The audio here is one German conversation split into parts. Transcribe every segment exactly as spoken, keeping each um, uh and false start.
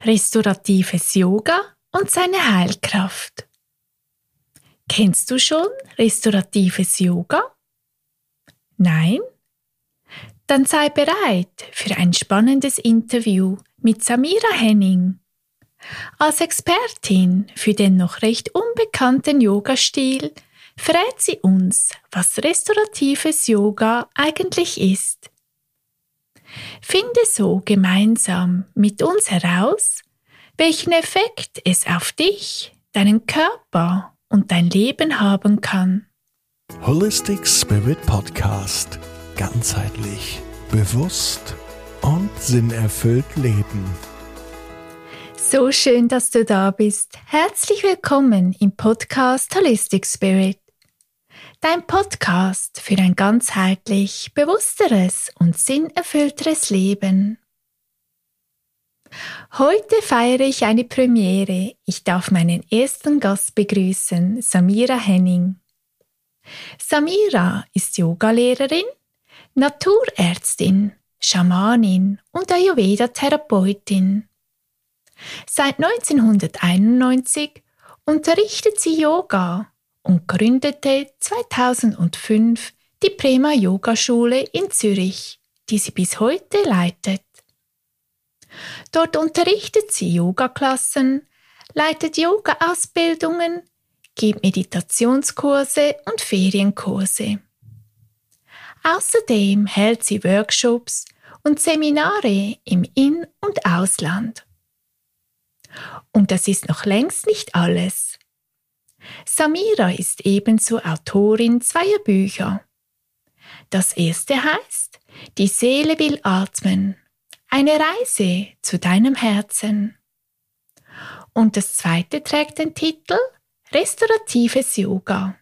Restauratives Yoga und seine Heilkraft. Kennst du schon restauratives Yoga? Nein? Dann sei bereit für ein spannendes Interview mit Samira Henning. Als Expertin für den noch recht unbekannten Yogastil verrät sie uns, was restauratives Yoga eigentlich ist. Finde so gemeinsam mit uns heraus, welchen Effekt es auf dich, deinen Körper und dein Leben haben kann. Holistic Spirit Podcast. Ganzheitlich, bewusst und sinnerfüllt leben. So schön, dass du da bist. Herzlich willkommen im Podcast Holistic Spirit. Dein Podcast für ein ganzheitlich bewussteres und sinnerfüllteres Leben. Heute feiere ich eine Premiere. Ich darf meinen ersten Gast begrüßen, Samira Henning. Samira ist Yogalehrerin, Naturärztin, Schamanin und Ayurveda-Therapeutin. Seit neunzehnhunderteinundneunzig unterrichtet sie Yoga und gründete zweitausendfünf die Prema Yogaschule in Zürich, die sie bis heute leitet. Dort unterrichtet sie Yogaklassen, leitet Yoga-Ausbildungen, gibt Meditationskurse und Ferienkurse. Außerdem hält sie Workshops und Seminare im In- und Ausland. Und das ist noch längst nicht alles. Samira ist ebenso Autorin zweier Bücher. Das erste heißt Die Seele will atmen. Eine Reise zu deinem Herzen. Und das zweite trägt den Titel Restauratives Yoga.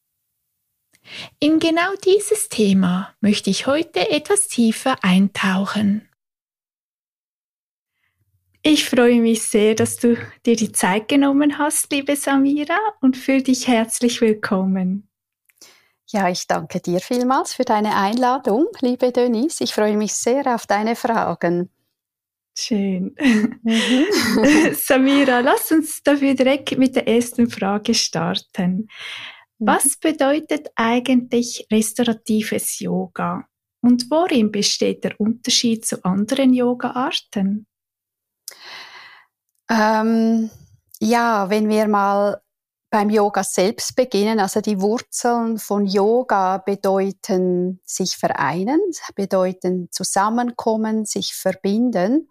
In genau dieses Thema möchte ich heute etwas tiefer eintauchen. Ich freue mich sehr, dass du dir die Zeit genommen hast, liebe Samira, und fühle dich herzlich willkommen. Ja, ich danke dir vielmals für deine Einladung, liebe Denise. Ich freue mich sehr auf deine Fragen. Schön. Mhm. Samira, lass uns dafür direkt mit der ersten Frage starten. Was bedeutet eigentlich restauratives Yoga und worin besteht der Unterschied zu anderen Yoga-Arten? Ähm, ja, wenn wir mal beim Yoga selbst beginnen, also die Wurzeln von Yoga bedeuten sich vereinen, bedeuten zusammenkommen, sich verbinden.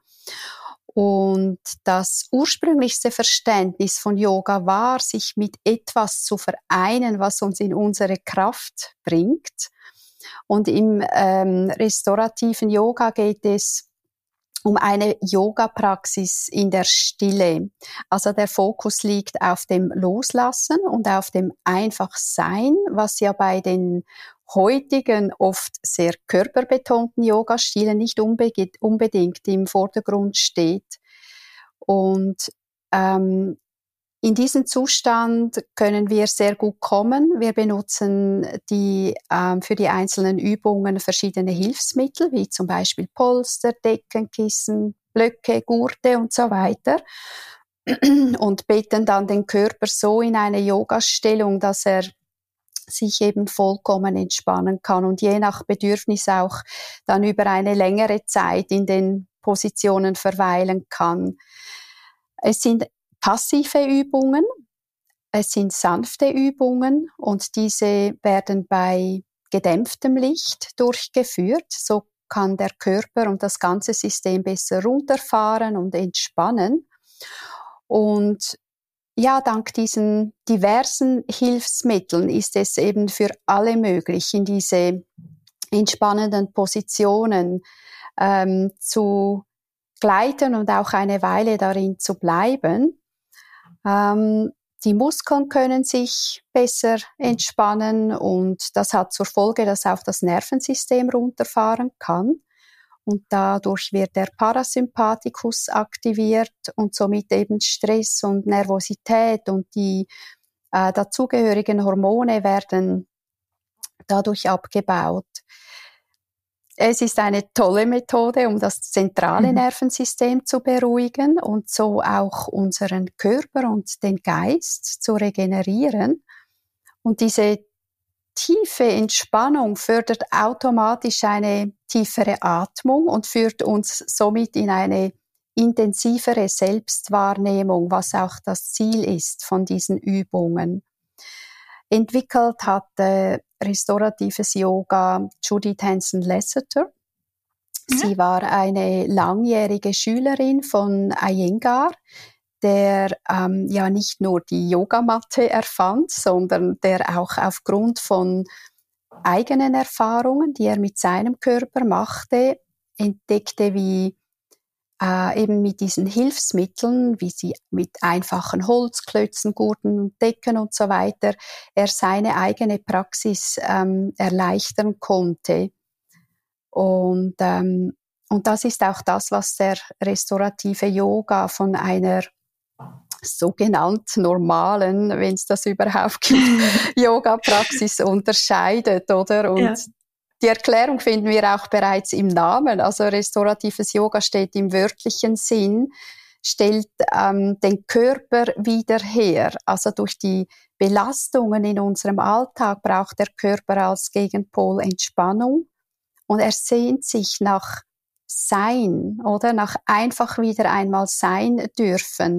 Und das ursprünglichste Verständnis von Yoga war, sich mit etwas zu vereinen, was uns in unsere Kraft bringt. Und im ähm, restaurativen Yoga geht es um eine Yoga-Praxis in der Stille. Also der Fokus liegt auf dem Loslassen und auf dem Einfachsein, was ja bei den heutigen oft sehr körperbetonten Yoga-Stilen nicht unbe- unbedingt im Vordergrund steht. Und ähm, in diesen Zustand können wir sehr gut kommen. Wir benutzen die, ähm, für die einzelnen Übungen verschiedene Hilfsmittel, wie zum Beispiel Polster, Decken, Kissen, Blöcke, Gurte und so weiter. Und betten dann den Körper so in eine Yogastellung, dass er sich eben vollkommen entspannen kann und je nach Bedürfnis auch dann über eine längere Zeit in den Positionen verweilen kann. Es sind passive Übungen, es sind sanfte Übungen und diese werden bei gedämpftem Licht durchgeführt. So kann der Körper und das ganze System besser runterfahren und entspannen. Und ja, dank diesen diversen Hilfsmitteln ist es eben für alle möglich, in diese entspannenden Positionen ähm, zu gleiten und auch eine Weile darin zu bleiben. Ähm, die Muskeln können sich besser entspannen und das hat zur Folge, dass auch das Nervensystem runterfahren kann. Und dadurch wird der Parasympathikus aktiviert und somit eben Stress und Nervosität und die äh, dazugehörigen Hormone werden dadurch abgebaut. es ist eine tolle Methode, um das zentrale mhm. Nervensystem zu beruhigen und so auch unseren Körper und den Geist zu regenerieren. Und diese tiefe Entspannung fördert automatisch eine tiefere Atmung und führt uns somit in eine intensivere Selbstwahrnehmung, was auch das Ziel ist von diesen Übungen. Entwickelt hat äh, restauratives Yoga Judith Hanson Lasseter. Ja. Sie war eine langjährige Schülerin von Iyengar, der ähm, ja nicht nur die Yogamatte erfand, sondern der auch aufgrund von eigenen Erfahrungen, die er mit seinem Körper machte, entdeckte, wie äh, eben mit diesen Hilfsmitteln, wie sie mit einfachen Holzklötzen, Gurten, Decken und so weiter, er seine eigene Praxis ähm, erleichtern konnte. Und, ähm, und das ist auch das, was der restaurative Yoga von einer sogenannt normalen, wenn es das überhaupt gibt, Yoga-Praxis unterscheidet, oder? Und ja. Die Erklärung finden wir auch bereits im Namen. Also restauratives Yoga steht im wörtlichen Sinn, stellt ähm, den Körper wieder her. Also durch die Belastungen in unserem Alltag braucht der Körper als Gegenpol Entspannung und er sehnt sich nach Sein, oder? Nach einfach wieder einmal sein dürfen.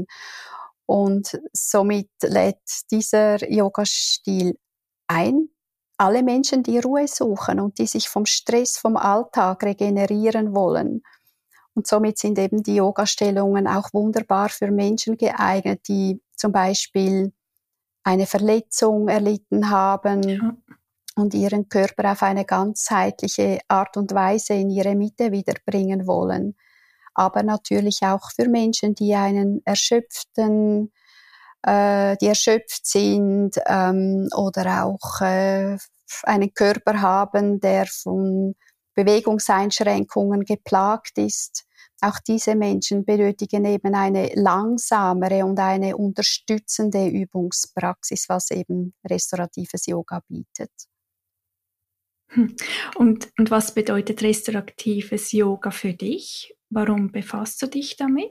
Und somit lädt dieser Yoga-Stil ein, alle Menschen, die Ruhe suchen und die sich vom Stress, vom Alltag regenerieren wollen. Und somit sind eben die Yoga-Stellungen auch wunderbar für Menschen geeignet, die zum Beispiel eine Verletzung erlitten haben ja. und ihren Körper auf eine ganzheitliche Art und Weise in ihre Mitte wiederbringen wollen. Aber natürlich auch für Menschen, die einen erschöpften, äh, die erschöpft sind ähm, oder auch äh, einen Körper haben, der von Bewegungseinschränkungen geplagt ist. Auch diese Menschen benötigen eben eine langsamere und eine unterstützende Übungspraxis, was eben restauratives Yoga bietet. Und, und was bedeutet restauratives Yoga für dich? Warum befasst du dich damit?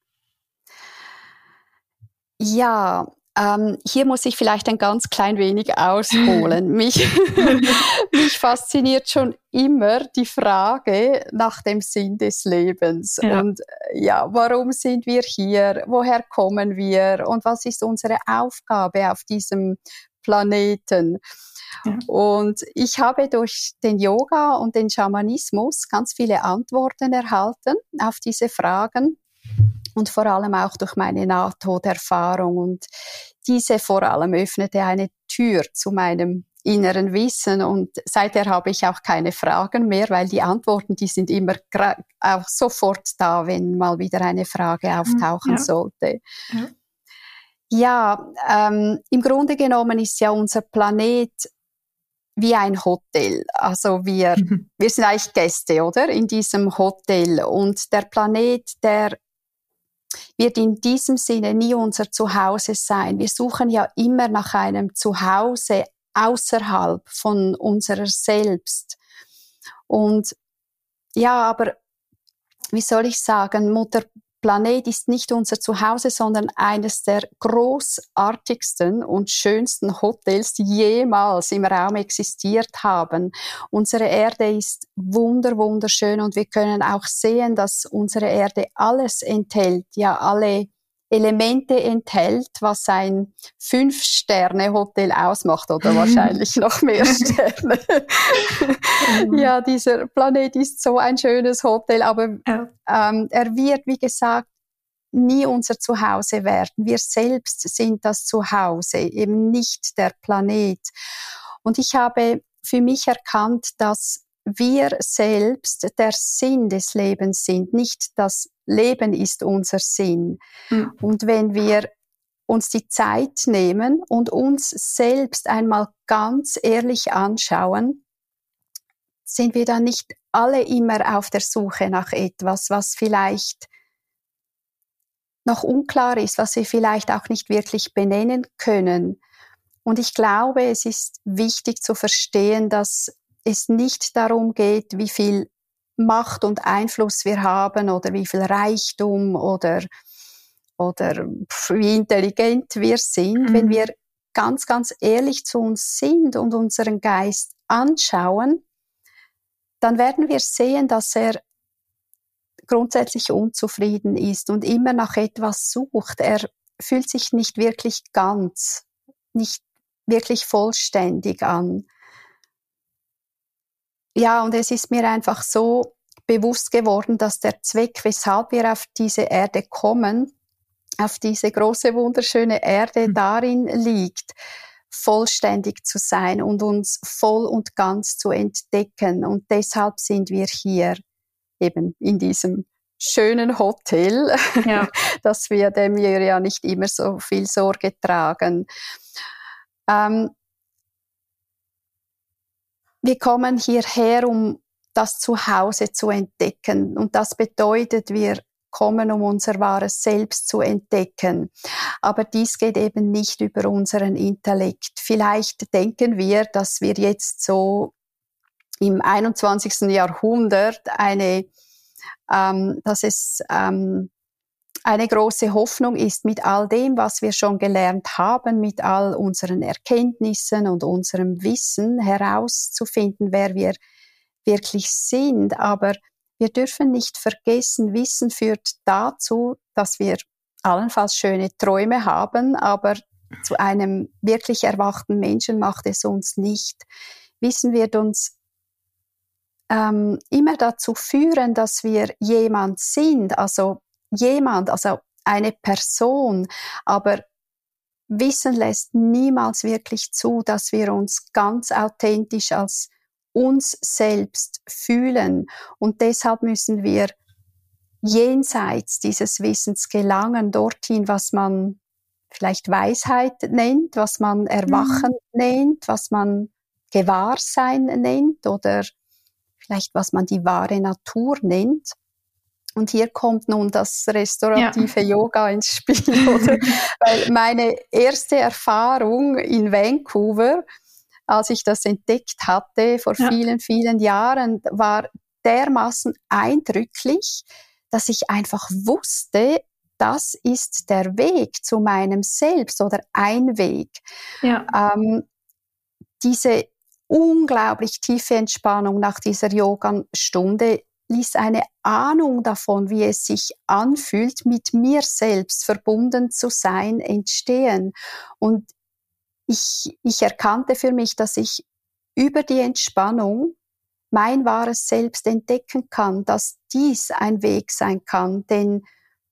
Ja, ähm, hier muss ich vielleicht ein ganz klein wenig ausholen. mich, mich fasziniert schon immer die Frage nach dem Sinn des Lebens. Ja. Und ja, warum sind wir hier? Woher kommen wir? Und was ist unsere Aufgabe auf diesem Planeten? Ja. Und ich habe durch den Yoga und den Schamanismus ganz viele Antworten erhalten auf diese Fragen und vor allem auch durch meine Nahtoderfahrung. Und diese vor allem öffnete eine Tür zu meinem inneren Wissen und seither habe ich auch keine Fragen mehr, weil die Antworten, die sind immer gra- auch sofort da, wenn mal wieder eine Frage auftauchen ja. sollte. Ja, ja ähm, im Grunde genommen ist ja unser Planet wie ein Hotel. Also wir, mhm. wir sind eigentlich Gäste, oder? In diesem Hotel. Und der Planet, der wird in diesem Sinne nie unser Zuhause sein. Wir suchen ja immer nach einem Zuhause außerhalb von unserer selbst. Und ja, aber wie soll ich sagen, Mutter Planet ist nicht unser Zuhause, sondern eines der großartigsten und schönsten Hotels, die jemals im Raum existiert haben. Unsere Erde ist wunder, wunderschön und wir können auch sehen, dass unsere Erde alles enthält, ja alle Elemente enthält, was ein Fünf-Sterne-Hotel ausmacht oder wahrscheinlich noch mehr Sterne. Ja, dieser Planet ist so ein schönes Hotel, aber ja. ähm, er wird, wie gesagt, nie unser Zuhause werden. Wir selbst sind das Zuhause, eben nicht der Planet. Und ich habe für mich erkannt, dass wir selbst der Sinn des Lebens sind, nicht das Leben ist unser Sinn. Mhm. Und wenn wir uns die Zeit nehmen und uns selbst einmal ganz ehrlich anschauen, sind wir dann nicht alle immer auf der Suche nach etwas, was vielleicht noch unklar ist, was wir vielleicht auch nicht wirklich benennen können. Und ich glaube, es ist wichtig zu verstehen, dass es nicht darum geht, wie viel Macht und Einfluss wir haben oder wie viel Reichtum oder, oder wie intelligent wir sind. Mhm. Wenn wir ganz, ganz ehrlich zu uns sind und unseren Geist anschauen, dann werden wir sehen, dass er grundsätzlich unzufrieden ist und immer nach etwas sucht. Er fühlt sich nicht wirklich ganz, nicht wirklich vollständig an. Ja, und es ist mir einfach so bewusst geworden, dass der Zweck, weshalb wir auf diese Erde kommen, auf diese große, wunderschöne Erde mhm. darin liegt, vollständig zu sein und uns voll und ganz zu entdecken. Und deshalb sind wir hier eben in diesem schönen Hotel, ja. dass wir dem wir ja nicht immer so viel Sorge tragen. Ähm, wir kommen hierher, um das Zuhause zu entdecken. Und das bedeutet, wir kommen, um unser wahres Selbst zu entdecken. Aber dies geht eben nicht über unseren Intellekt. Vielleicht denken wir, dass wir jetzt so im einundzwanzigsten Jahrhundert eine, ähm, dass es ähm, eine große Hoffnung ist, mit all dem, was wir schon gelernt haben, mit all unseren Erkenntnissen und unserem Wissen herauszufinden, wer wir wirklich sind. Aber wir dürfen nicht vergessen, Wissen führt dazu, dass wir allenfalls schöne Träume haben, aber zu einem wirklich erwachten Menschen macht es uns nicht. Wissen wird uns ähm, immer dazu führen, dass wir jemand sind, also jemand, also eine Person, aber Wissen lässt niemals wirklich zu, dass wir uns ganz authentisch als uns selbst fühlen. Und deshalb müssen wir jenseits dieses Wissens gelangen, dorthin, was man vielleicht Weisheit nennt, was man Erwachen mhm. nennt, was man Gewahrsein nennt oder vielleicht was man die wahre Natur nennt. Und hier kommt nun das restaurative ja. Yoga ins Spiel, oder? Weil meine erste Erfahrung in Vancouver, als ich das entdeckt hatte, vor ja. vielen, vielen Jahren, war dermaßen eindrücklich, dass ich einfach wusste, das ist der Weg zu meinem Selbst oder ein Weg. Ja. Ähm, diese unglaublich tiefe Entspannung nach dieser Yoga-Stunde ließ eine Ahnung davon, wie es sich anfühlt, mit mir selbst verbunden zu sein, entstehen. Und ich, ich erkannte für mich, dass ich über die Entspannung mein wahres Selbst entdecken kann, dass dies ein Weg sein kann, denn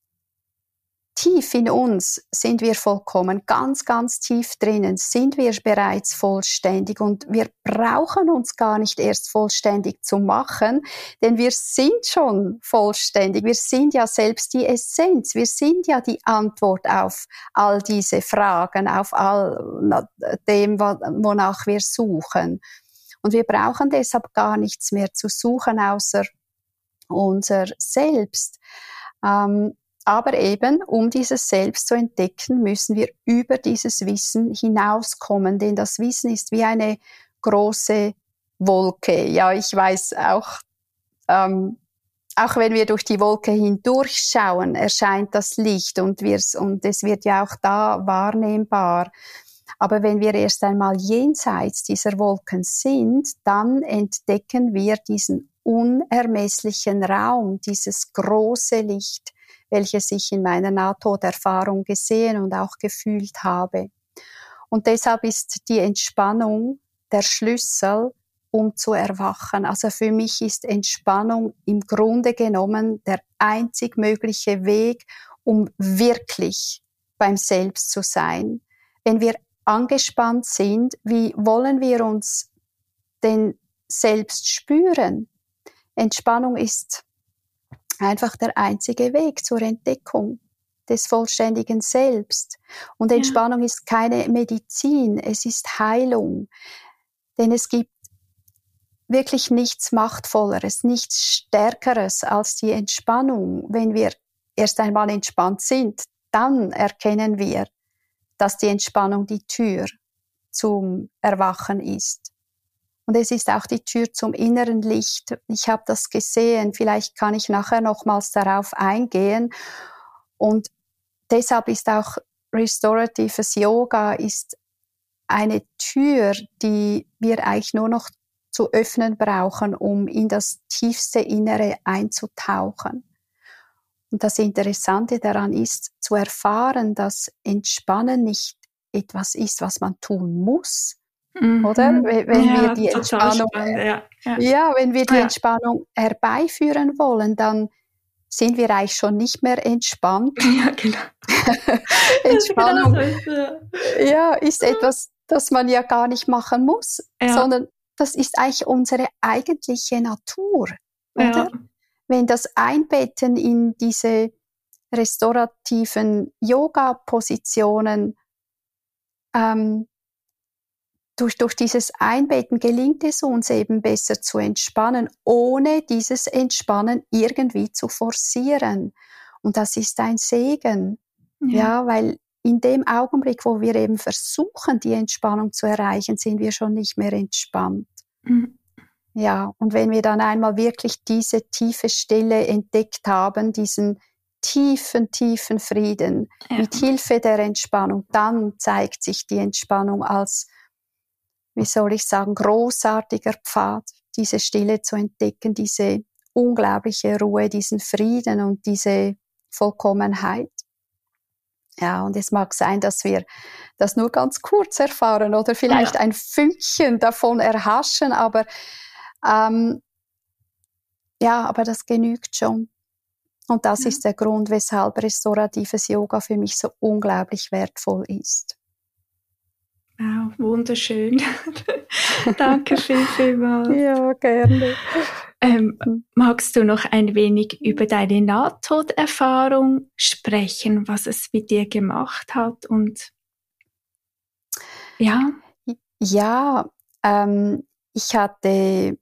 tief in uns sind wir vollkommen, ganz, ganz tief drinnen sind wir bereits vollständig und wir brauchen uns gar nicht erst vollständig zu machen, denn wir sind schon vollständig, wir sind ja selbst die Essenz, wir sind ja die Antwort auf all diese Fragen, auf all dem, wonach wir suchen. Und wir brauchen deshalb gar nichts mehr zu suchen, außer unser Selbst. Ähm, Aber eben, um dieses Selbst zu entdecken, müssen wir über dieses Wissen hinauskommen, denn das Wissen ist wie eine große Wolke. Ja, ich weiß auch, ähm, auch wenn wir durch die Wolke hindurchschauen, erscheint das Licht und, wir's, und es wird ja auch da wahrnehmbar. Aber wenn wir erst einmal jenseits dieser Wolken sind, dann entdecken wir diesen unermesslichen Raum, dieses große Licht, welches ich in meiner Nahtoderfahrung gesehen und auch gefühlt habe. Und deshalb ist die Entspannung der Schlüssel, um zu erwachen. Also für mich ist Entspannung im Grunde genommen der einzig mögliche Weg, um wirklich beim Selbst zu sein. Wenn wir angespannt sind, wie wollen wir uns denn selbst spüren? Entspannung ist einfach der einzige Weg zur Entdeckung des vollständigen Selbst. Und Entspannung ja. ist keine Medizin, es ist Heilung. Denn es gibt wirklich nichts Machtvolleres, nichts Stärkeres als die Entspannung. Wenn wir erst einmal entspannt sind, dann erkennen wir, dass die Entspannung die Tür zum Erwachen ist. Und es ist auch die Tür zum inneren Licht. Ich habe das gesehen. Vielleicht kann ich nachher nochmals darauf eingehen. Und deshalb ist auch restoratives Yoga ist eine Tür, die wir eigentlich nur noch zu öffnen brauchen, um in das tiefste Innere einzutauchen. Und das Interessante daran ist, zu erfahren, dass Entspannen nicht etwas ist, was man tun muss, mhm. oder? Wenn ja, wir die Entspannung, spannend, ja, ja. ja, wenn wir die ja. Entspannung herbeiführen wollen, dann sind wir eigentlich schon nicht mehr entspannt. Ja, genau. Entspannung genau so, ja. ja, ist etwas, das man ja gar nicht machen muss, ja. sondern das ist eigentlich unsere eigentliche Natur, oder? Ja. Wenn das Einbetten in diese restaurativen Yoga-Positionen, ähm, durch, durch dieses Einbetten gelingt es uns eben besser zu entspannen, ohne dieses Entspannen irgendwie zu forcieren. Und das ist ein Segen, ja, ja weil in dem Augenblick, wo wir eben versuchen, die Entspannung zu erreichen, sind wir schon nicht mehr entspannt. Mhm. Ja, und wenn wir dann einmal wirklich diese tiefe Stille entdeckt haben, diesen tiefen, tiefen Frieden, ja. mit Hilfe der Entspannung, dann zeigt sich die Entspannung als, wie soll ich sagen, großartiger Pfad, diese Stille zu entdecken, diese unglaubliche Ruhe, diesen Frieden und diese Vollkommenheit. Ja, und es mag sein, dass wir das nur ganz kurz erfahren oder vielleicht ja. ein Fünkchen davon erhaschen, aber ähm, ja, aber das genügt schon. Und das ja. ist der Grund, weshalb restauratives Yoga für mich so unglaublich wertvoll ist. Wow, wunderschön. Danke viel, vielmals. Ja, gerne. Ähm, magst du noch ein wenig über deine Nahtoderfahrung sprechen, was es mit dir gemacht hat? Und ja, ja, ähm, ich hatte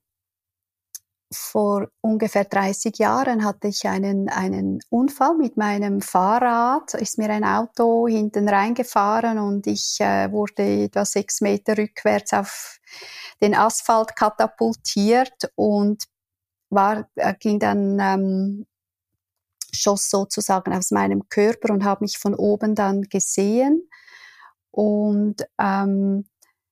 vor ungefähr dreißig Jahren hatte ich einen, einen Unfall mit meinem Fahrrad, ist mir ein Auto hinten reingefahren und ich äh, wurde etwa sechs Meter rückwärts auf den Asphalt katapultiert und war, äh, ging dann, ähm, schoss sozusagen aus meinem Körper und habe mich von oben dann gesehen und ähm,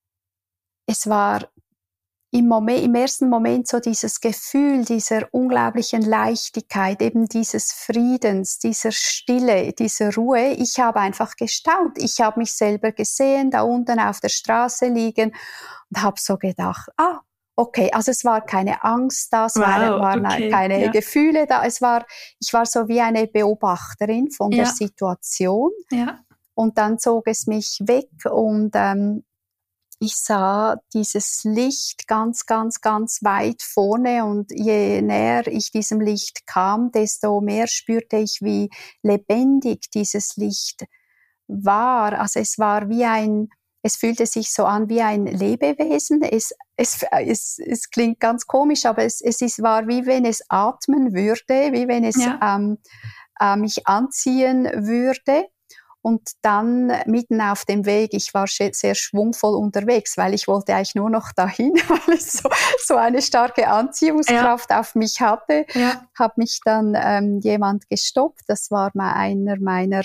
es war Im, Moment, im ersten Moment so dieses Gefühl dieser unglaublichen Leichtigkeit, eben dieses Friedens, dieser Stille, dieser Ruhe. Ich habe einfach gestaunt. Ich habe mich selber gesehen, da unten auf der Straße liegen und habe so gedacht, ah, okay, also es war keine Angst da, es wow, war, waren okay, keine ja. Gefühle da. Es war, ich war so wie eine Beobachterin von ja. der Situation. Ja. Und dann zog es mich weg und ähm, ich sah dieses Licht ganz, ganz, ganz weit vorne und je näher ich diesem Licht kam, desto mehr spürte ich, wie lebendig dieses Licht war. Also es war wie ein, es fühlte sich so an wie ein Lebewesen. Es, es, es, es klingt ganz komisch, aber es, es ist, war wie wenn es atmen würde, wie wenn es ja. ähm, äh, mich anziehen würde. Und dann mitten auf dem Weg, ich war sehr schwungvoll unterwegs, weil ich wollte eigentlich nur noch dahin, weil es so, so eine starke Anziehungskraft ja. auf mich hatte. Ja. Hat mich dann ähm, jemand gestoppt. Das war mal einer meiner,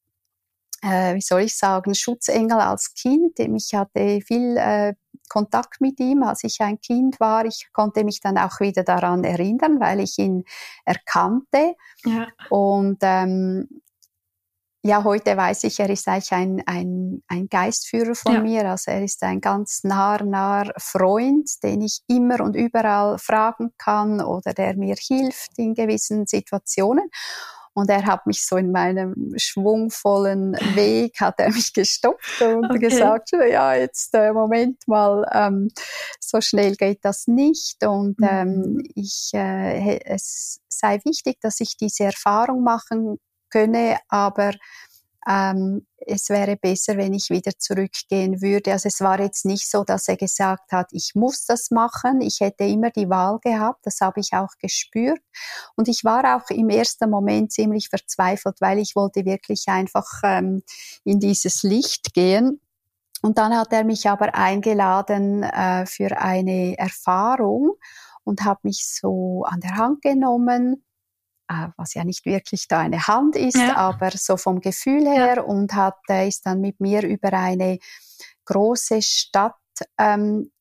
äh, wie soll ich sagen, Schutzengel als Kind. Ich hatte viel äh, Kontakt mit ihm, als ich ein Kind war. Ich konnte mich dann auch wieder daran erinnern, weil ich ihn erkannte. Ja. Und ähm, ja, heute weiß ich, er ist eigentlich ein, ein, ein Geistführer von ja. mir. Also er ist ein ganz naher, naher Freund, den ich immer und überall fragen kann oder der mir hilft in gewissen Situationen. Und er hat mich so in meinem schwungvollen Weg, hat er mich gestoppt und okay. gesagt, ja, jetzt äh, Moment mal, ähm, so schnell geht das nicht. Und mhm. ähm, ich, äh, es sei wichtig, dass ich diese Erfahrung machen könne, aber ähm, es wäre besser, wenn ich wieder zurückgehen würde. Also es war jetzt nicht so, dass er gesagt hat, ich muss das machen. Ich hätte immer die Wahl gehabt, das habe ich auch gespürt. Und ich war auch im ersten Moment ziemlich verzweifelt, weil ich wollte wirklich einfach ähm, in dieses Licht gehen. Und dann hat er mich aber eingeladen äh, für eine Erfahrung und hat mich so an der Hand genommen, äh, was ja nicht wirklich da eine Hand ist, Ja. aber so vom Gefühl her, ja. Und hat, äh, ist dann mit mir über eine große Stadt ähm,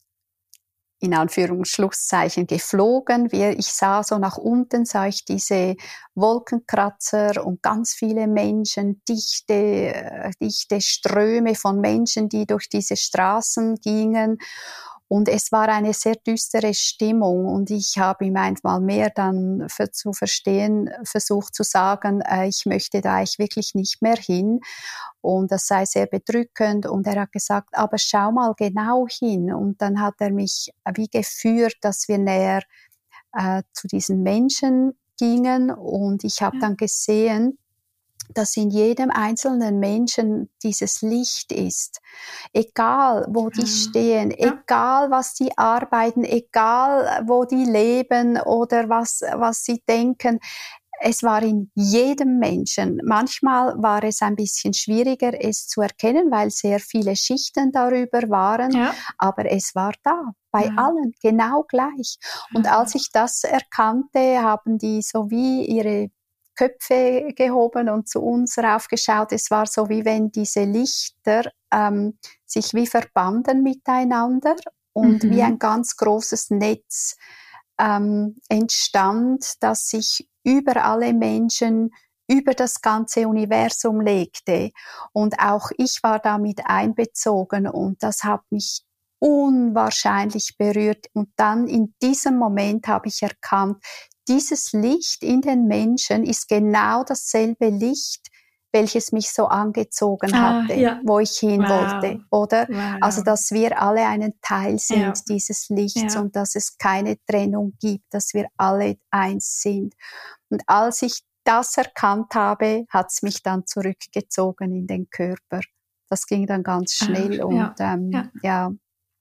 in Anführungsschlusszeichen geflogen. Wie ich sah so nach unten, sah ich diese Wolkenkratzer und ganz viele Menschen, dichte, dichte Ströme von Menschen, die durch diese Straßen gingen. Und es war eine sehr düstere Stimmung und ich habe ihm einmal mehr dann für, zu verstehen versucht zu sagen, äh, ich möchte da eigentlich wirklich nicht mehr hin und das sei sehr bedrückend und er hat gesagt, aber schau mal genau hin und dann hat er mich wie geführt, dass wir näher äh, zu diesen Menschen gingen und ich habe ja. dann gesehen, dass in jedem einzelnen Menschen dieses Licht ist. Egal, wo die ja. stehen, ja. egal, was die arbeiten, egal, wo die leben oder was, was sie denken. Es war in jedem Menschen. Manchmal war es ein bisschen schwieriger, es zu erkennen, weil sehr viele Schichten darüber waren. Ja. Aber es war da, bei ja. allen, genau gleich. Und ja. als ich das erkannte, haben die so wie ihre Köpfe gehoben und zu uns raufgeschaut. Es war so, wie wenn diese Lichter ähm, sich wie verbanden miteinander und mhm. wie ein ganz großes Netz ähm, entstand, das sich über alle Menschen, über das ganze Universum legte. Und auch ich war damit einbezogen und das hat mich unwahrscheinlich berührt. Und dann in diesem Moment habe ich erkannt, dieses Licht in den Menschen ist genau dasselbe Licht, welches mich so angezogen ah, hatte, ja. wo ich hin wow. wollte, oder? Wow. Also, dass wir alle einen Teil sind ja. dieses Lichts ja. und dass es keine Trennung gibt, dass wir alle eins sind. Und als ich das erkannt habe, hat es mich dann zurückgezogen in den Körper. Das ging dann ganz schnell ah, und ja. Ähm, ja. ja.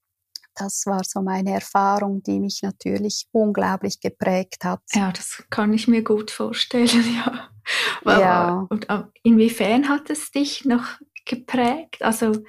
Das war so meine Erfahrung, die mich natürlich unglaublich geprägt hat. Ja, das kann ich mir gut vorstellen, ja. ja. Und inwiefern hat es dich noch geprägt? Also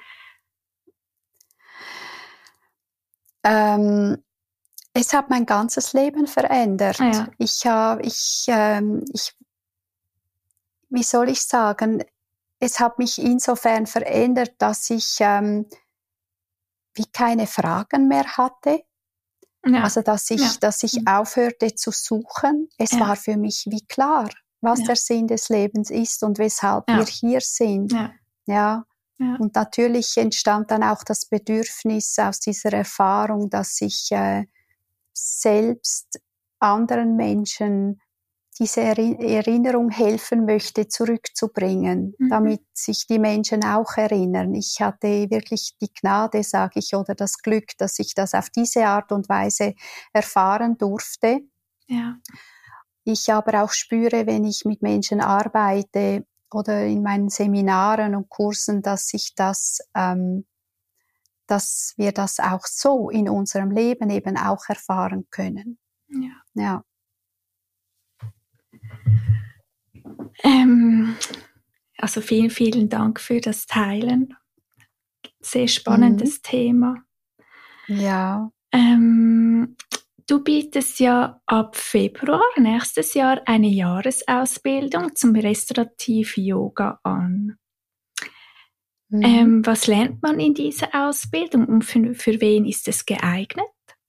ähm, es hat mein ganzes Leben verändert. Ja. Ich habe, ich, ähm, ich, wie soll ich sagen? Es hat mich insofern verändert, dass ich ähm, wie keine Fragen mehr hatte. Ja. Also, dass ich, ja. dass ich aufhörte zu suchen. Es ja. war für mich wie klar, was ja. der Sinn des Lebens ist und weshalb ja. wir hier sind. Ja. Ja. ja. Und natürlich entstand dann auch das Bedürfnis aus dieser Erfahrung, dass ich äh, selbst anderen Menschen diese Erinnerung helfen möchte, zurückzubringen, mhm. damit sich die Menschen auch erinnern. Ich hatte wirklich die Gnade, sage ich, oder das Glück, dass ich das auf diese Art und Weise erfahren durfte. Ja. Ich aber auch spüre, wenn ich mit Menschen arbeite oder in meinen Seminaren und Kursen, dass ich das, ähm, dass wir das auch so in unserem Leben eben auch erfahren können. Ja. Ja. Ähm, also vielen, vielen Dank für das Teilen. Sehr spannendes mhm. Thema. Ja. Ähm, du bietest ja ab Februar nächstes Jahr eine Jahresausbildung zum restaurativen Yoga an. Mhm. Ähm, was lernt man in dieser Ausbildung und für, für wen ist es geeignet?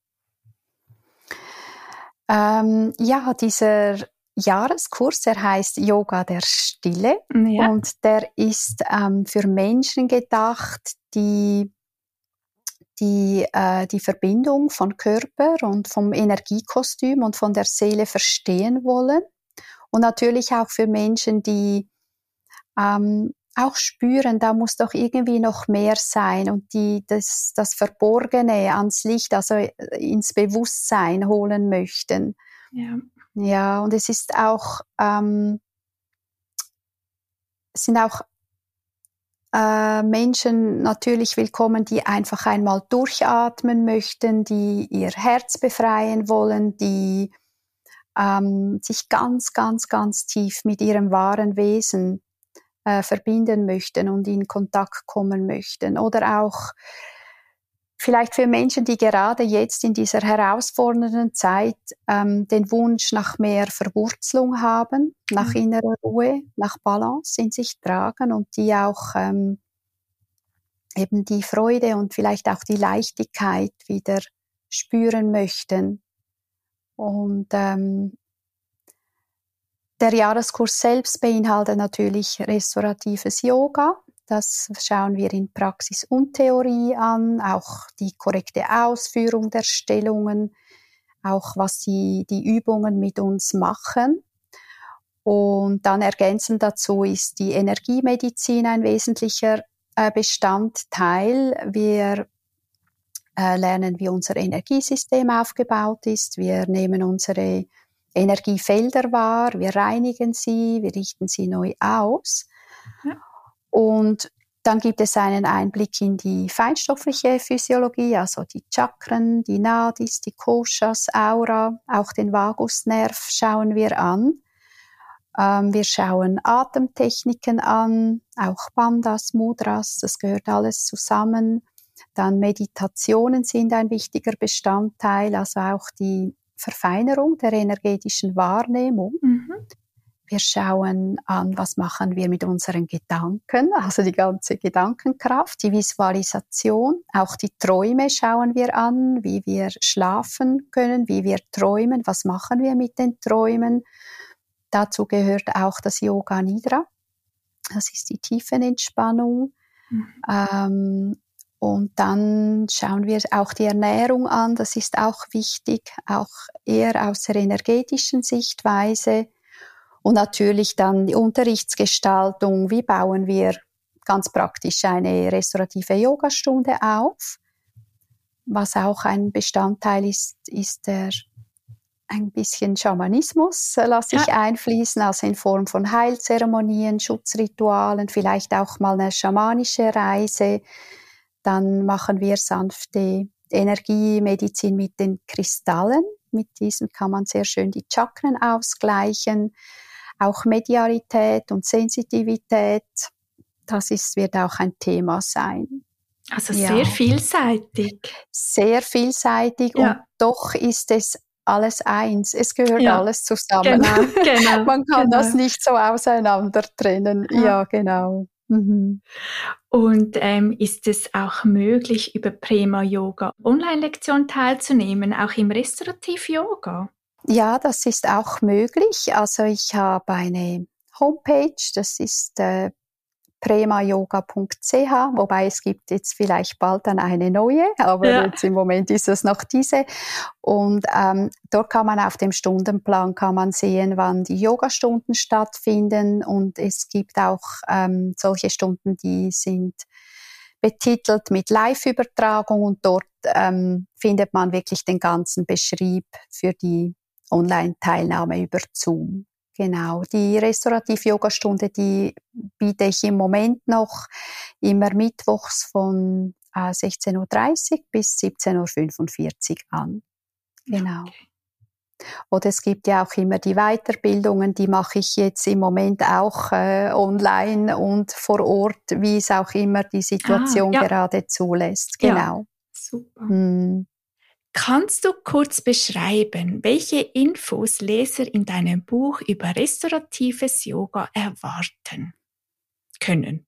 Ähm, ja, dieser Jahreskurs, der heißt Yoga der Stille ja. und der ist ähm, für Menschen gedacht, die die, äh, die Verbindung von Körper und vom Energiekostüm und von der Seele verstehen wollen und natürlich auch für Menschen, die ähm, auch spüren, da muss doch irgendwie noch mehr sein und die das, das Verborgene ans Licht, also ins Bewusstsein holen möchten. Ja. Ja, und es ist auch, ähm, es sind auch äh, Menschen natürlich willkommen, die einfach einmal durchatmen möchten, die ihr Herz befreien wollen, die ähm, sich ganz, ganz, ganz tief mit ihrem wahren Wesen äh, verbinden möchten und in Kontakt kommen möchten. Oder auch vielleicht für Menschen, die gerade jetzt in dieser herausfordernden Zeit ähm, den Wunsch nach mehr Verwurzelung haben, nach Ja. innerer Ruhe, nach Balance in sich tragen und die auch ähm, eben die Freude und vielleicht auch die Leichtigkeit wieder spüren möchten. Und ähm, der Jahreskurs selbst beinhaltet natürlich restauratives Yoga. Das schauen wir in Praxis und Theorie an, auch die korrekte Ausführung der Stellungen, auch was die, die Übungen mit uns machen. Und dann ergänzend dazu ist die Energiemedizin ein wesentlicher äh, Bestandteil. Wir äh, lernen, wie unser Energiesystem aufgebaut ist. Wir nehmen unsere Energiefelder wahr, wir reinigen sie, wir richten sie neu aus. Ja. Und dann gibt es einen Einblick in die feinstoffliche Physiologie, also die Chakren, die Nadis, die Koshas, Aura, auch den Vagusnerv schauen wir an. Ähm, wir schauen Atemtechniken an, auch Bandhas, Mudras, das gehört alles zusammen. Dann Meditationen sind ein wichtiger Bestandteil, also auch die Verfeinerung der energetischen Wahrnehmung. Mhm. Wir schauen an, was machen wir mit unseren Gedanken, also die ganze Gedankenkraft, die Visualisation, auch die Träume schauen wir an, wie wir schlafen können, wie wir träumen, was machen wir mit den Träumen. Dazu gehört auch das Yoga Nidra, das ist die Tiefenentspannung. Mhm. Ähm, Und dann schauen wir auch die Ernährung an, das ist auch wichtig, auch eher aus der energetischen Sichtweise. Und natürlich dann die Unterrichtsgestaltung, wie bauen wir ganz praktisch eine restaurative Yogastunde auf. Was auch ein Bestandteil ist, ist der ein bisschen Schamanismus, äh, lasse ich Ja. einfließen, also in Form von Heilzeremonien, Schutzritualen, vielleicht auch mal eine schamanische Reise. Dann machen wir sanfte Energiemedizin mit den Kristallen. Mit diesen kann man sehr schön die Chakren ausgleichen. Auch Medialität und Sensitivität, das ist, wird auch ein Thema sein. Also Ja. sehr vielseitig. Sehr vielseitig Ja. und doch ist es alles eins. Es gehört Ja. alles zusammen. Genau, genau. Man kann genau. das nicht so auseinander trennen. Ja. Ja, genau. Mhm. Und ähm, ist es auch möglich, über Prema Yoga Online-Lektionen teilzunehmen, auch im Restaurativ-Yoga? Ja, das ist auch möglich. Also ich habe eine Homepage, das ist äh, prema yoga punkt c h, wobei es gibt jetzt vielleicht bald dann eine neue, aber Ja. jetzt im Moment ist es noch diese. Und ähm, dort kann man auf dem Stundenplan kann man sehen, wann die Yogastunden stattfinden, und es gibt auch ähm, solche Stunden, die sind betitelt mit Live-Übertragung, und dort ähm, findet man wirklich den ganzen Beschrieb für die Online-Teilnahme über Zoom. Genau, die Restaurativ-Yoga-Stunde, die biete ich im Moment noch immer mittwochs von äh, sechzehn Uhr dreißig bis siebzehn Uhr fünfundvierzig an. Genau. Okay. Oder es gibt ja auch immer die Weiterbildungen, die mache ich jetzt im Moment auch äh, online und vor Ort, wie es auch immer die Situation Ah, ja. gerade zulässt. Ja. Genau. Super. Hm. Kannst du kurz beschreiben, welche Infos Leser in deinem Buch über restauratives Yoga erwarten können?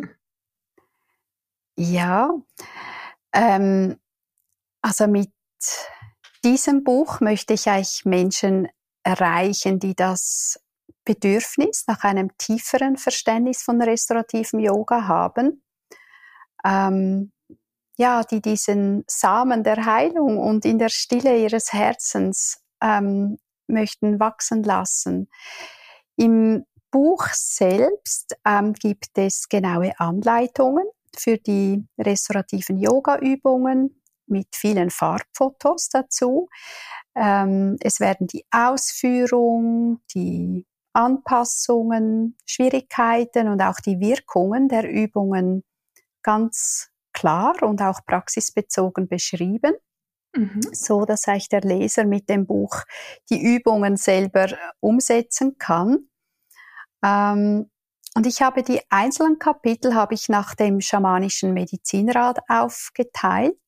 Ja, ähm, also mit diesem Buch möchte ich eigentlich Menschen erreichen, die das Bedürfnis nach einem tieferen Verständnis von restaurativem Yoga haben. Ähm, ja, die diesen Samen der Heilung und in der Stille ihres Herzens ähm, möchten wachsen lassen. Im Buch selbst ähm, gibt es genaue Anleitungen für die restaurativen Yoga-Übungen mit vielen Farbfotos dazu. Ähm, es werden die Ausführung, die Anpassungen, Schwierigkeiten und auch die Wirkungen der Übungen ganz klar und auch praxisbezogen beschrieben, Mhm. so dass eigentlich der Leser mit dem Buch die Übungen selber umsetzen kann. Ähm, Und ich habe die einzelnen Kapitel habe ich nach dem schamanischen Medizinrat aufgeteilt.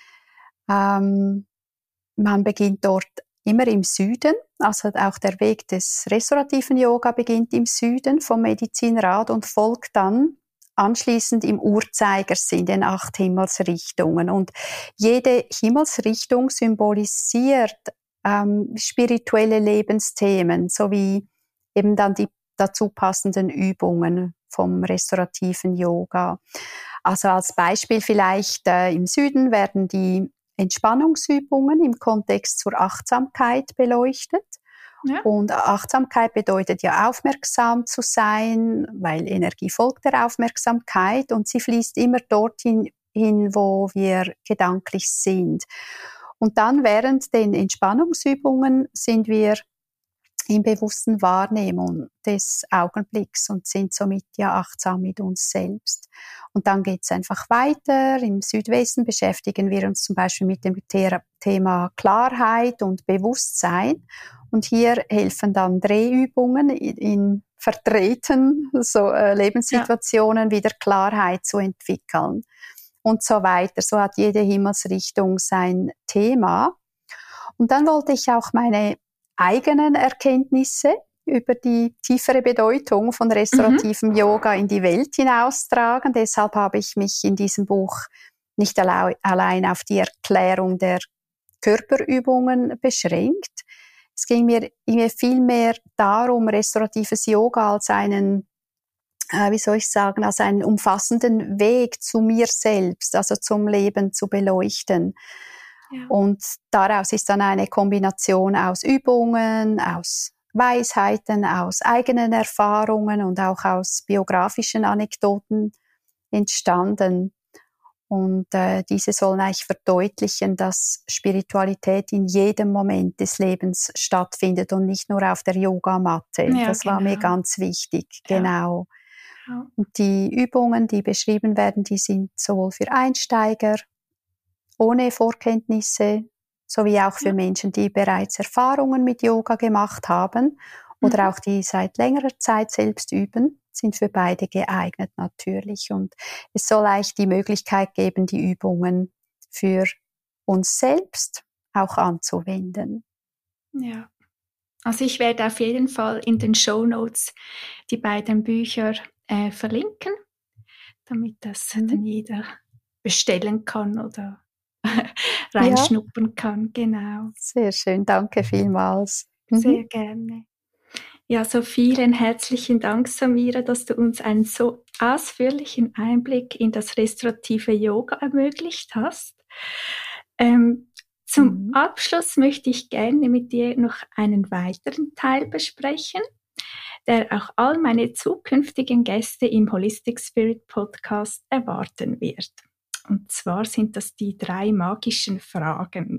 Ähm, man beginnt dort immer im Süden, also auch der Weg des restaurativen Yoga beginnt im Süden vom Medizinrat und folgt dann anschließend im Uhrzeigersinn, den acht Himmelsrichtungen. Und jede Himmelsrichtung symbolisiert ähm, spirituelle Lebensthemen, sowie eben dann die dazu passenden Übungen vom restaurativen Yoga. Also als Beispiel vielleicht äh, im Süden werden die Entspannungsübungen im Kontext zur Achtsamkeit beleuchtet. Ja. Und Achtsamkeit bedeutet ja aufmerksam zu sein, weil Energie folgt der Aufmerksamkeit und sie fließt immer dorthin hin, wo wir gedanklich sind. Und dann während den Entspannungsübungen sind wir in bewussten Wahrnehmung des Augenblicks und sind somit ja achtsam mit uns selbst. Und dann geht's einfach weiter. Im Südwesten beschäftigen wir uns zum Beispiel mit dem Thema Klarheit und Bewusstsein. Und hier helfen dann Drehübungen in, in verdrehten so, äh, Lebenssituationen ja. wieder Klarheit zu entwickeln. Und so weiter. So hat jede Himmelsrichtung sein Thema. Und dann wollte ich auch meine eigenen Erkenntnisse über die tiefere Bedeutung von restaurativem mhm. Yoga in die Welt hinaustragen. Deshalb habe ich mich in diesem Buch nicht allein auf die Erklärung der Körperübungen beschränkt. Es ging mir, mir vielmehr darum, restauratives Yoga als einen, äh, wie soll ich sagen, als einen umfassenden Weg zu mir selbst, also zum Leben zu beleuchten. Ja. Und daraus ist dann eine Kombination aus Übungen, aus Weisheiten, aus eigenen Erfahrungen und auch aus biografischen Anekdoten entstanden. Und äh, diese sollen eigentlich verdeutlichen, dass Spiritualität in jedem Moment des Lebens stattfindet und nicht nur auf der Yogamatte. Ja, das genau. war mir ganz wichtig, ja. genau. Ja. Und die Übungen, die beschrieben werden, die sind sowohl für Einsteiger, ohne Vorkenntnisse, sowie auch für ja. Menschen, die bereits Erfahrungen mit Yoga gemacht haben oder mhm. auch die seit längerer Zeit selbst üben, sind für beide geeignet natürlich. Und es soll eigentlich die Möglichkeit geben, die Übungen für uns selbst auch anzuwenden. Ja, also ich werde auf jeden Fall in den Shownotes die beiden Bücher äh, verlinken, damit das mhm. dann jeder bestellen kann oder reinschnuppern ja. kann, genau. Sehr schön, danke vielmals. Sehr mhm. gerne. Ja, so vielen herzlichen Dank, Samira, dass du uns einen so ausführlichen Einblick in das restaurative Yoga ermöglicht hast. Ähm, zum mhm. Abschluss möchte ich gerne mit dir noch einen weiteren Teil besprechen, der auch all meine zukünftigen Gäste im Holistic Spirit Podcast erwarten wird. Und zwar sind das die drei magischen Fragen.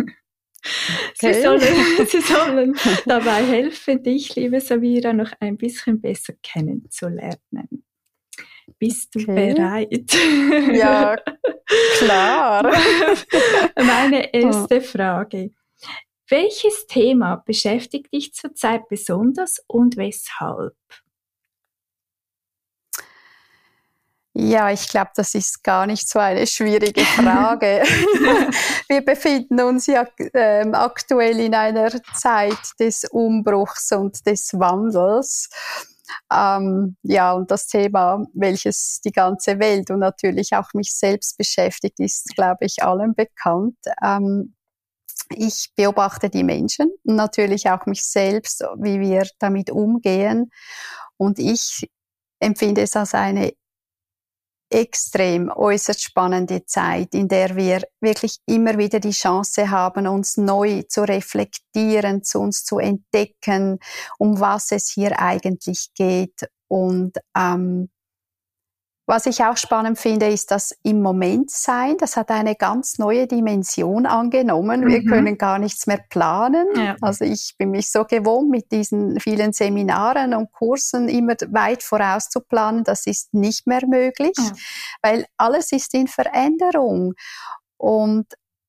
Okay. Sie, sollen, sie sollen dabei helfen, dich, liebe Samira, noch ein bisschen besser kennenzulernen. Bist du okay. bereit? Ja, klar. Meine erste Frage. Welches Thema beschäftigt dich zurzeit besonders und weshalb? Ja, ich glaube, das ist gar nicht so eine schwierige Frage. Wir befinden uns ja ähm, aktuell in einer Zeit des Umbruchs und des Wandels. Ähm, ja, und das Thema, welches die ganze Welt und natürlich auch mich selbst beschäftigt, ist, glaube ich, allen bekannt. Ähm, ich beobachte die Menschen und natürlich auch mich selbst, wie wir damit umgehen. Und ich empfinde es als eine extrem äußerst spannende Zeit, in der wir wirklich immer wieder die Chance haben, uns neu zu reflektieren, zu uns zu entdecken, um was es hier eigentlich geht. Und ähm, was ich auch spannend finde, ist das im Moment sein. Das hat eine ganz neue Dimension angenommen. Mhm. Wir können gar nichts mehr planen. Ja. Also ich bin mich so gewohnt, mit diesen vielen Seminaren und Kursen immer weit voraus zu planen. Das ist nicht mehr möglich, ja. weil alles ist in Veränderung. Und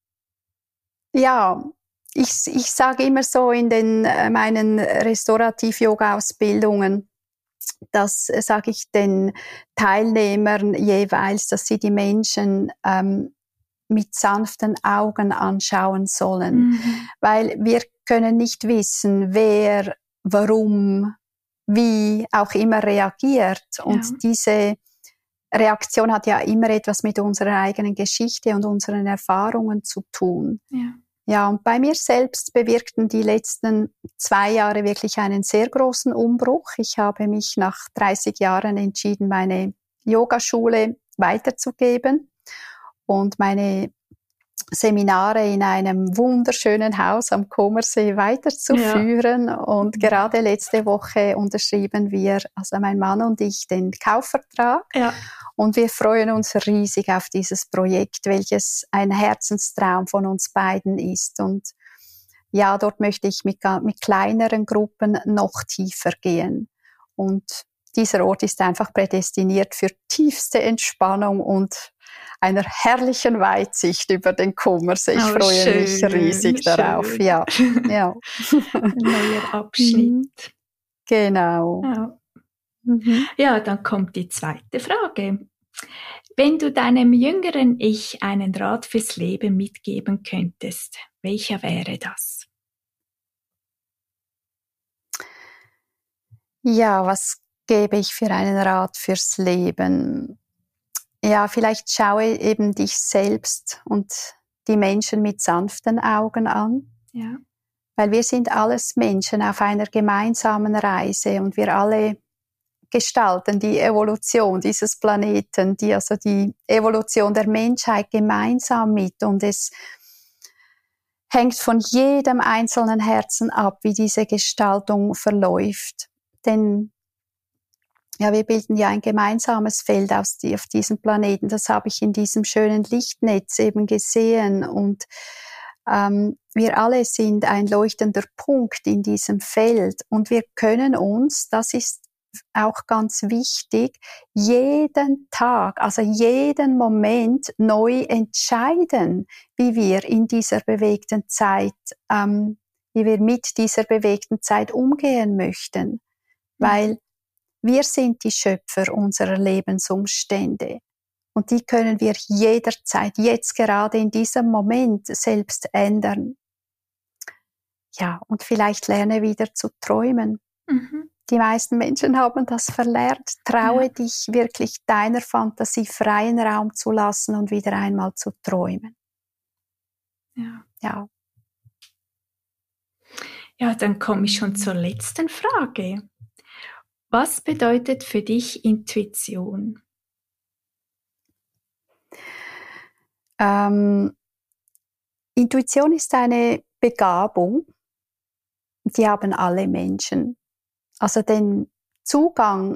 ja, ich, ich sage immer so in den meinen Restaurativ-Yoga-Ausbildungen, das sage ich den Teilnehmern jeweils, dass sie die Menschen ähm, mit sanften Augen anschauen sollen, mhm. weil wir können nicht wissen, wer, warum, wie auch immer reagiert. Und ja. diese Reaktion hat ja immer etwas mit unserer eigenen Geschichte und unseren Erfahrungen zu tun. Ja. Ja, und bei mir selbst bewirkten die letzten zwei Jahre wirklich einen sehr großen Umbruch. Ich habe mich nach dreißig Jahren entschieden, meine Yogaschule weiterzugeben und meine Seminare in einem wunderschönen Haus am Comersee weiterzuführen. Ja. Und gerade letzte Woche unterschrieben wir, also mein Mann und ich, den Kaufvertrag. Ja. Und wir freuen uns riesig auf dieses Projekt, welches ein Herzenstraum von uns beiden ist. Und ja, dort möchte ich mit, mit kleineren Gruppen noch tiefer gehen. Und dieser Ort ist einfach prädestiniert für tiefste Entspannung und einer herrlichen Weitsicht über den Comersee. Ich oh, freue schön, mich riesig schön. darauf. Ja, ja. Ein neuer Abschnitt. Genau. Ja. Mhm. Ja, dann kommt die zweite Frage. Wenn du deinem jüngeren Ich einen Rat fürs Leben mitgeben könntest, welcher wäre das? Ja, was gebe ich für einen Rat fürs Leben? Ja, vielleicht schaue eben dich selbst und die Menschen mit sanften Augen an. Ja. Weil wir sind alles Menschen auf einer gemeinsamen Reise und wir alle gestalten die Evolution dieses Planeten, die also die Evolution der Menschheit gemeinsam mit. Und es hängt von jedem einzelnen Herzen ab, wie diese Gestaltung verläuft. Denn ja, wir bilden ja ein gemeinsames Feld aus die, auf diesem Planeten. Das habe ich in diesem schönen Lichtnetz eben gesehen. Und ähm, wir alle sind ein leuchtender Punkt in diesem Feld. Und wir können uns, das ist auch ganz wichtig, jeden Tag, also jeden Moment neu entscheiden, wie wir in dieser bewegten Zeit, ähm, wie wir mit dieser bewegten Zeit umgehen möchten. Mhm. Weil wir sind die Schöpfer unserer Lebensumstände und die können wir jederzeit, jetzt gerade in diesem Moment selbst ändern. Ja, und vielleicht lerne wieder zu träumen. Mhm. Die meisten Menschen haben das verlernt. Traue ja. dich wirklich deiner Fantasie freien Raum zu lassen und wieder einmal zu träumen. Ja. Ja, ja, dann komme ich schon zur letzten Frage. Was bedeutet für dich Intuition? Ähm, Intuition ist eine Begabung, die haben alle Menschen. Also den Zugang,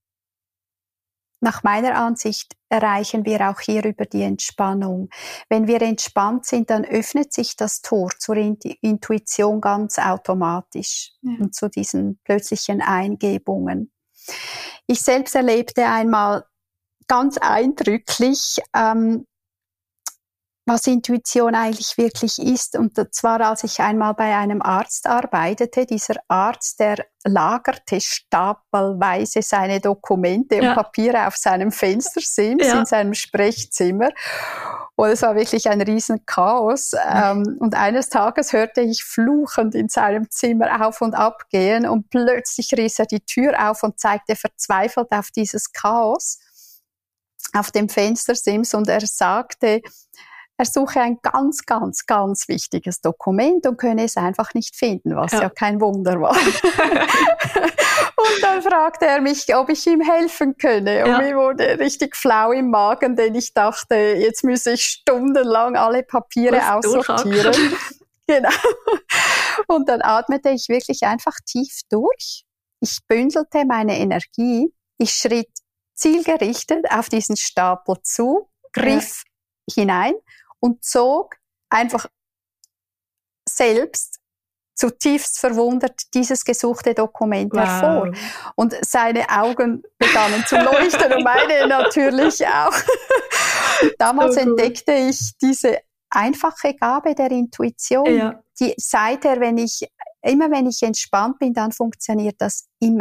nach meiner Ansicht, erreichen wir auch hier über die Entspannung. Wenn wir entspannt sind, dann öffnet sich das Tor zur Intuition ganz automatisch ja. und zu diesen plötzlichen Eingebungen. Ich selbst erlebte einmal ganz eindrücklich, ähm, was Intuition eigentlich wirklich ist. Und zwar, als ich einmal bei einem Arzt arbeitete. Dieser Arzt, der lagerte stapelweise seine Dokumente ja. und Papiere auf seinem Fenstersims ja. in seinem Sprechzimmer. Und es war wirklich ein riesen Chaos. Mhm. Und eines Tages hörte ich fluchend in seinem Zimmer auf und ab gehen. Und plötzlich riss er die Tür auf und zeigte verzweifelt auf dieses Chaos auf dem Fenstersims. Und er sagte, er suche ein ganz, ganz, ganz wichtiges Dokument und könne es einfach nicht finden, was ja, ja kein Wunder war. Und dann fragte er mich, ob ich ihm helfen könne. Und ja. mir wurde richtig flau im Magen, denn ich dachte, jetzt müsse ich stundenlang alle Papiere was aussortieren. Genau. Und dann atmete ich wirklich einfach tief durch. Ich bündelte meine Energie. Ich schritt zielgerichtet auf diesen Stapel zu, griff ja. hinein und zog einfach selbst zutiefst verwundert dieses gesuchte Dokument wow. hervor. Und seine Augen begannen zu leuchten und meine natürlich auch. Damals so entdeckte ich diese einfache Gabe der Intuition, ja. die seither, wenn ich, immer wenn ich entspannt bin, dann funktioniert das immer.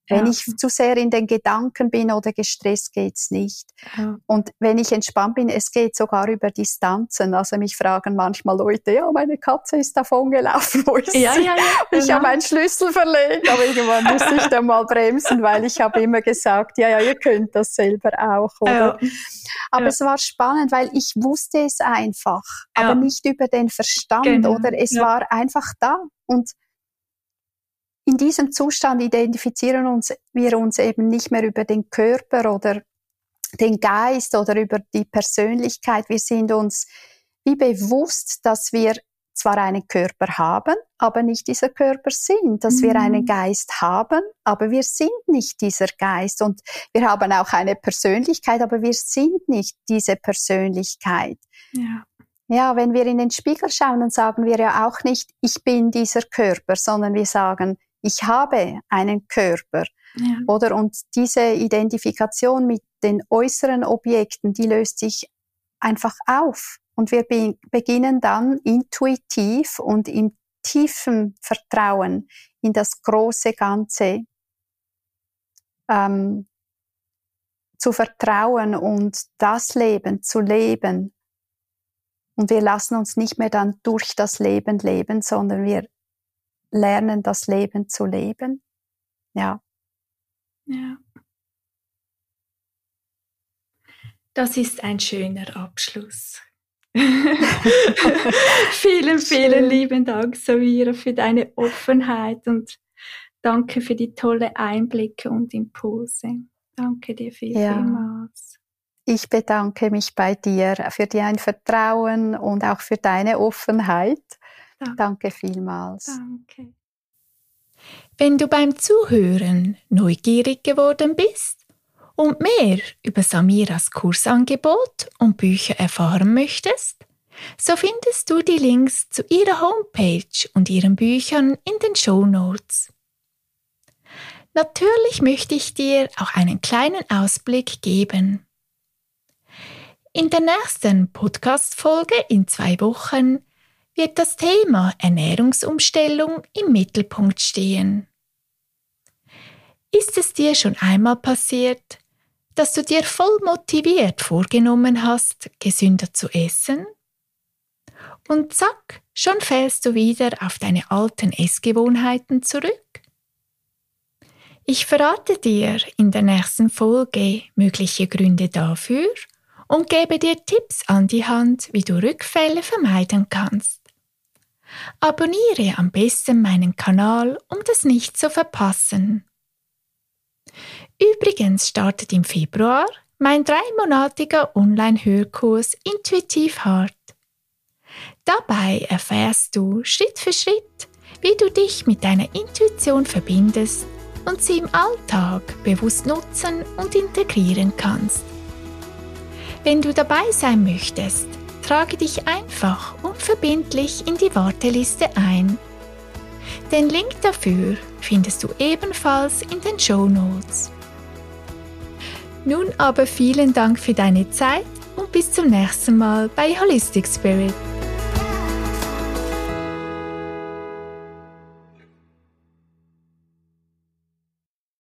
Wenn Ja. ich zu sehr in den Gedanken bin oder gestresst, geht's nicht. Ja. Und wenn ich entspannt bin, es geht sogar über Distanzen. Also mich fragen manchmal Leute, ja, meine Katze ist davon gelaufen, wo ist Ja, sie? ja, ja, Ich genau. habe meinen Schlüssel verlegt, aber irgendwann musste ich dann mal bremsen, weil ich habe immer gesagt, ja, ja, ihr könnt das selber auch, oder? Ja. Aber Ja. es war spannend, weil ich wusste es einfach, Ja. aber nicht über den Verstand, Genau, oder? Es ja. war einfach da. Und in diesem Zustand identifizieren uns, wir uns eben nicht mehr über den Körper oder den Geist oder über die Persönlichkeit. Wir sind uns wie bewusst, dass wir zwar einen Körper haben, aber nicht dieser Körper sind, dass Mhm. wir einen Geist haben, aber wir sind nicht dieser Geist, und wir haben auch eine Persönlichkeit, aber wir sind nicht diese Persönlichkeit. Ja. Ja, wenn wir in den Spiegel schauen, dann sagen wir ja auch nicht, ich bin dieser Körper, sondern wir sagen, ich habe einen Körper. Ja. Oder? Und diese Identifikation mit den äußeren Objekten, die löst sich einfach auf. Und wir be- beginnen dann intuitiv und im tiefen Vertrauen in das große Ganze ähm, zu vertrauen und das Leben zu leben. Und wir lassen uns nicht mehr dann durch das Leben leben, sondern wir lernen das Leben zu leben. Ja. Ja. Das ist ein schöner Abschluss. vielen, vielen Schön. lieben Dank, Samira, für deine Offenheit und danke für die tollen Einblicke und Impulse. Danke dir viel, Ja. vielmals. Ich bedanke mich bei dir für dein Vertrauen und auch für deine Offenheit. Danke. Danke vielmals. Danke. Wenn du beim Zuhören neugierig geworden bist und mehr über Samiras Kursangebot und Bücher erfahren möchtest, so findest du die Links zu ihrer Homepage und ihren Büchern in den Shownotes. Natürlich möchte ich dir auch einen kleinen Ausblick geben. In der nächsten Podcast-Folge in zwei Wochen wird das Thema Ernährungsumstellung im Mittelpunkt stehen. Ist es dir schon einmal passiert, dass du dir voll motiviert vorgenommen hast, gesünder zu essen? Und zack, schon fällst du wieder auf deine alten Essgewohnheiten zurück? Ich verrate dir in der nächsten Folge mögliche Gründe dafür und gebe dir Tipps an die Hand, wie du Rückfälle vermeiden kannst. Abonniere am besten meinen Kanal, um das nicht zu verpassen. Übrigens startet im Februar mein dreimonatiger Online-Hörkurs Intuitiv Hart. Dabei erfährst du Schritt für Schritt, wie du dich mit deiner Intuition verbindest und sie im Alltag bewusst nutzen und integrieren kannst. Wenn du dabei sein möchtest, trage dich einfach unverbindlich in die Warteliste ein. Den Link dafür findest du ebenfalls in den Shownotes. Nun aber vielen Dank für deine Zeit und bis zum nächsten Mal bei Holistic Spirit.